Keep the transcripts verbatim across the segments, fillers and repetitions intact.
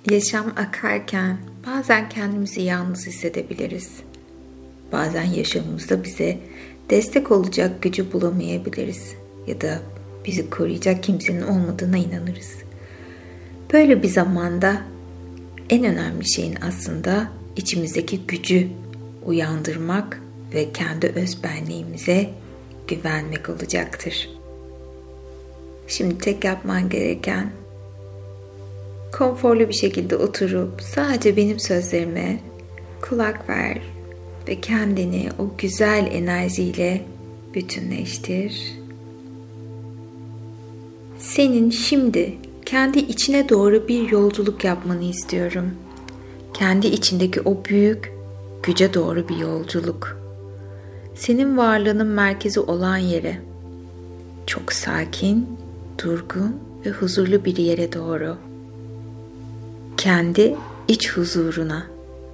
Yaşam akarken bazen kendimizi yalnız hissedebiliriz. Bazen yaşamımızda bize destek olacak gücü bulamayabiliriz ya da bizi koruyacak kimsenin olmadığına inanırız. Böyle bir zamanda en önemli şeyin aslında içimizdeki gücü uyandırmak ve kendi özbenliğimize güvenmek olacaktır. Şimdi tek yapman gereken konforlu bir şekilde oturup sadece benim sözlerime kulak ver ve kendini o güzel enerjiyle bütünleştir. Senin şimdi kendi içine doğru bir yolculuk yapmanı istiyorum. Kendi içindeki o büyük güce doğru bir yolculuk. Senin varlığının merkezi olan yere, çok sakin, durgun ve huzurlu bir yere doğru. Kendi iç huzuruna.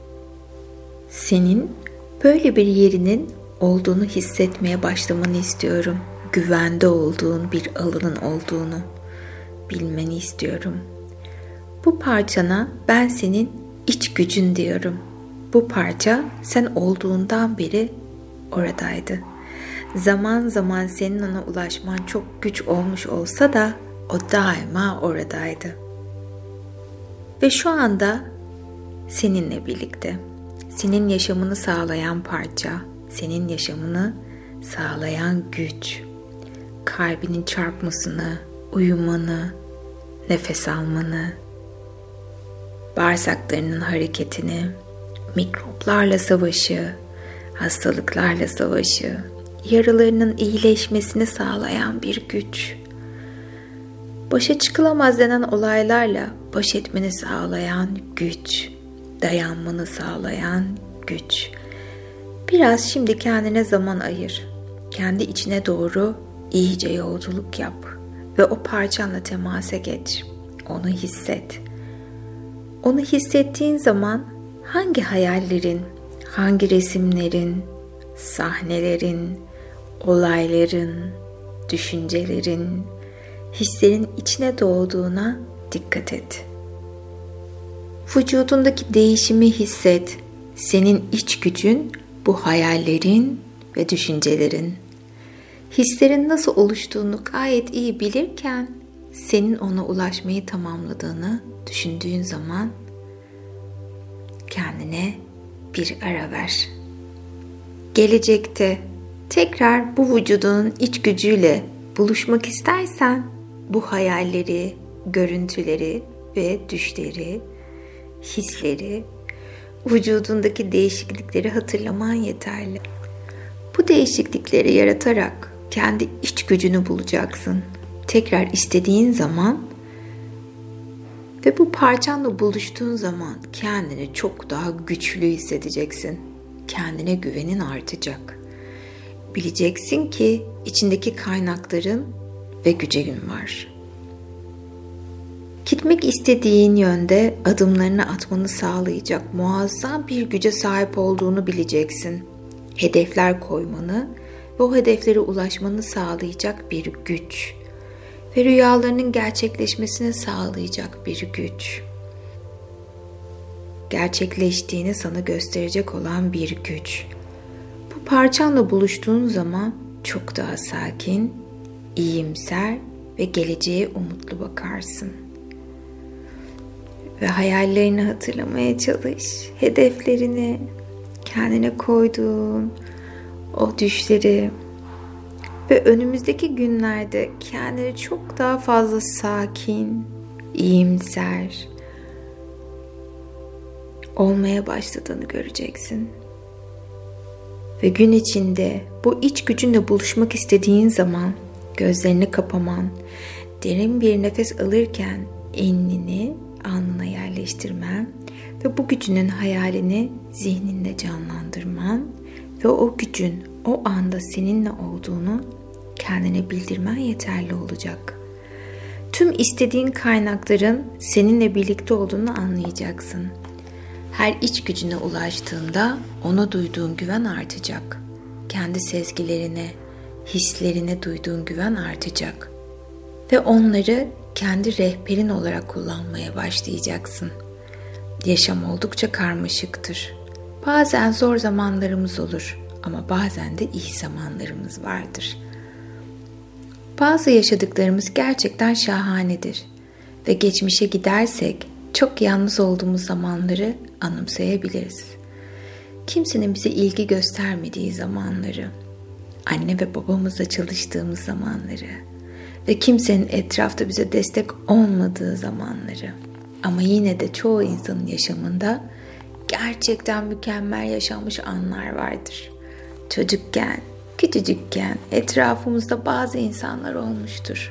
Senin böyle bir yerinin olduğunu hissetmeye başlamanı istiyorum. Güvende olduğun bir alanın olduğunu bilmeni istiyorum. Bu parçana ben senin iç gücün diyorum. Bu parça sen olduğundan beri oradaydı. Zaman zaman senin ona ulaşman çok güç olmuş olsa da o daima oradaydı. Ve şu anda seninle birlikte, senin yaşamını sağlayan parça, senin yaşamını sağlayan güç, kalbinin çarpmasını, uyumanı, nefes almanı, bağırsaklarının hareketini, mikroplarla savaşı, hastalıklarla savaşı, yaralarının iyileşmesini sağlayan bir güç, başa çıkılamaz denen olaylarla baş etmeni sağlayan güç, dayanmanı sağlayan güç. Biraz şimdi kendine zaman ayır. Kendi içine doğru iyice yolculuk yap ve o parçanla temasa geç. Onu hisset. Onu hissettiğin zaman hangi hayallerin, hangi resimlerin, sahnelerin, olayların, düşüncelerin, hislerin içine doğduğuna dikkat et. Vücudundaki değişimi hisset. Senin iç gücün bu hayallerin ve düşüncelerin. Hislerin nasıl oluştuğunu gayet iyi bilirken senin ona ulaşmayı tamamladığını düşündüğün zaman kendine bir ara ver. Gelecekte tekrar bu vücudunun iç gücüyle buluşmak istersen bu hayalleri, görüntüleri ve düşleri, hisleri, vücudundaki değişiklikleri hatırlaman yeterli. Bu değişiklikleri yaratarak kendi iç gücünü bulacaksın. Tekrar istediğin zaman ve bu parçanla buluştuğun zaman kendini çok daha güçlü hissedeceksin. Kendine güvenin artacak. Bileceksin ki içindeki kaynakların ve gücün var. Gitmek istediğin yönde adımlarını atmanı sağlayacak muazzam bir güce sahip olduğunu bileceksin. Hedefler koymanı ve o hedeflere ulaşmanı sağlayacak bir güç ve rüyalarının gerçekleşmesini sağlayacak bir güç. Gerçekleştiğini sana gösterecek olan bir güç. Bu parçanla buluştuğun zaman çok daha sakin, iyimser ve geleceğe umutlu bakarsın. Ve hayallerini hatırlamaya çalış. Hedeflerini, kendine koyduğun o düşleri ve önümüzdeki günlerde kendini çok daha fazla sakin, iyimser olmaya başladığını göreceksin. Ve gün içinde bu iç gücünle buluşmak istediğin zaman gözlerini kapaman, derin bir nefes alırken elini alnına yerleştirmen ve bu gücünün hayalini zihninde canlandırman ve o gücün o anda seninle olduğunu kendine bildirmen yeterli olacak. Tüm istediğin kaynakların seninle birlikte olduğunu anlayacaksın. Her iç gücüne ulaştığında ona duyduğun güven artacak. Kendi sezgilerine, hislerine duyduğun güven artacak. Ve onları kendi rehberin olarak kullanmaya başlayacaksın. Yaşam oldukça karmaşıktır. Bazen zor zamanlarımız olur ama bazen de iyi zamanlarımız vardır. Bazı yaşadıklarımız gerçekten şahanedir ve geçmişe gidersek çok yalnız olduğumuz zamanları anımsayabiliriz. Kimsenin bize ilgi göstermediği zamanları, anne ve babamızla çalıştığımız zamanları ve kimsenin etrafta bize destek olmadığı zamanları. Ama yine de çoğu insanın yaşamında gerçekten mükemmel yaşanmış anlar vardır. Çocukken, küçücükken etrafımızda bazı insanlar olmuştur.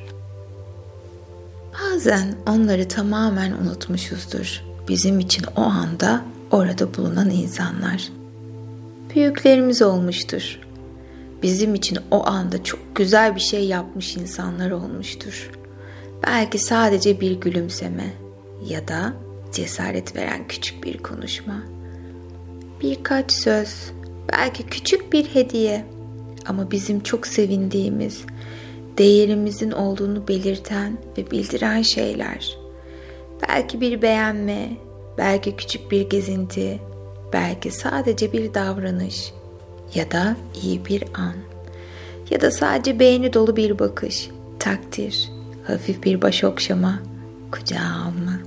Bazen onları tamamen unutmuşuzdur. Bizim için o anda orada bulunan insanlar. Büyüklerimiz olmuştur. Bizim için o anda çok güzel bir şey yapmış insanlar olmuştur. Belki sadece bir gülümseme ya da cesaret veren küçük bir konuşma. Birkaç söz, belki küçük bir hediye ama bizim çok sevindiğimiz, değerimizin olduğunu belirten ve bildiren şeyler. Belki bir beğenme, belki küçük bir gezinti, belki sadece bir davranış ya da iyi bir an ya da sadece beğeni dolu bir bakış, takdir, hafif bir baş okşama, kucağa alma.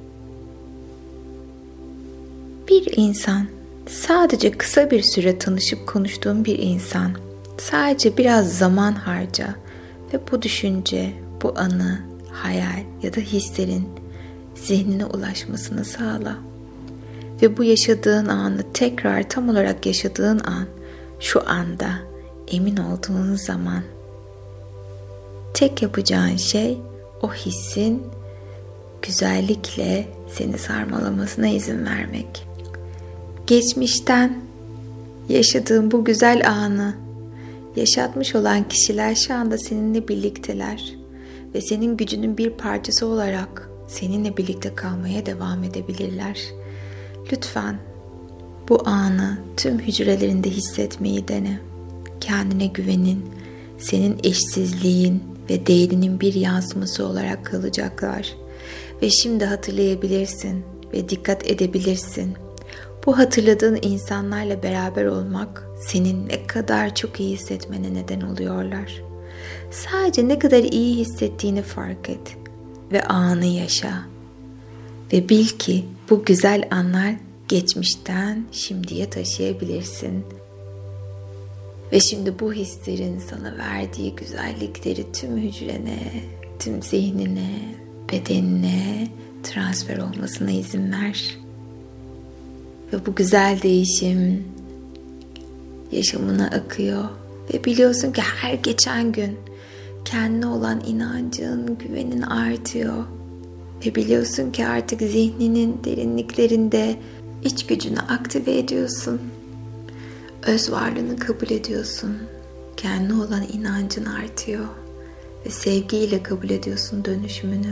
Bir insan, sadece kısa bir süre tanışıp konuştuğun bir insan, sadece biraz zaman harca ve bu düşünce, bu anı, hayal ya da hislerin zihnine ulaşmasını sağla. Ve bu yaşadığın anı tekrar tam olarak yaşadığın an, şu anda emin olduğun zaman tek yapacağın şey o hissin güzellikle seni sarmalamasına izin vermek. Geçmişten yaşadığın bu güzel anı yaşatmış olan kişiler şu anda seninle birlikteler ve senin gücünün bir parçası olarak seninle birlikte kalmaya devam edebilirler. Lütfen bu anı tüm hücrelerinde hissetmeyi dene. Kendine güvenin, senin eşsizliğin ve değerinin bir yansıması olarak kalacaklar. Ve şimdi hatırlayabilirsin ve dikkat edebilirsin. Bu hatırladığın insanlarla beraber olmak senin ne kadar çok iyi hissetmene neden oluyorlar. Sadece ne kadar iyi hissettiğini fark et ve anı yaşa. Ve bil ki bu güzel anlar geçmişten şimdiye taşıyabilirsin. Ve şimdi bu hislerin sana verdiği güzellikleri tüm hücrene, tüm zihnine, bedenine transfer olmasına izin ver. Ve bu güzel değişim yaşamına akıyor. Ve biliyorsun ki her geçen gün kendine olan inancın, güvenin artıyor. Ve biliyorsun ki artık zihninin derinliklerinde iç gücünü aktive ediyorsun. Öz varlığını kabul ediyorsun. Kendine olan inancın artıyor. Ve sevgiyle kabul ediyorsun dönüşümünü.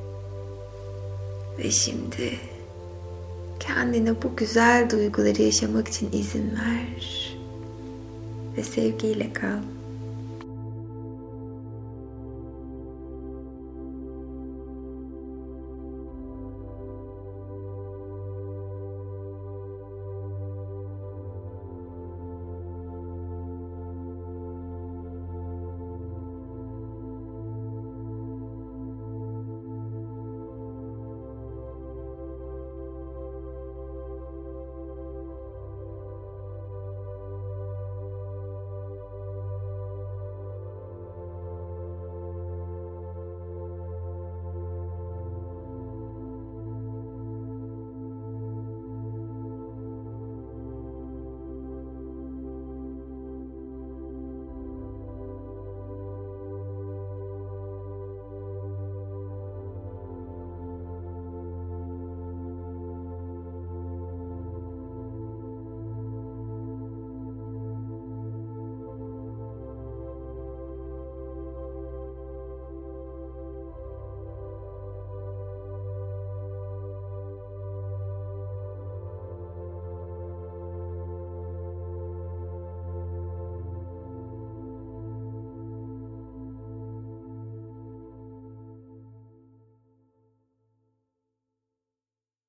Ve şimdi kendine bu güzel duyguları yaşamak için izin ver. Ve sevgiyle kal.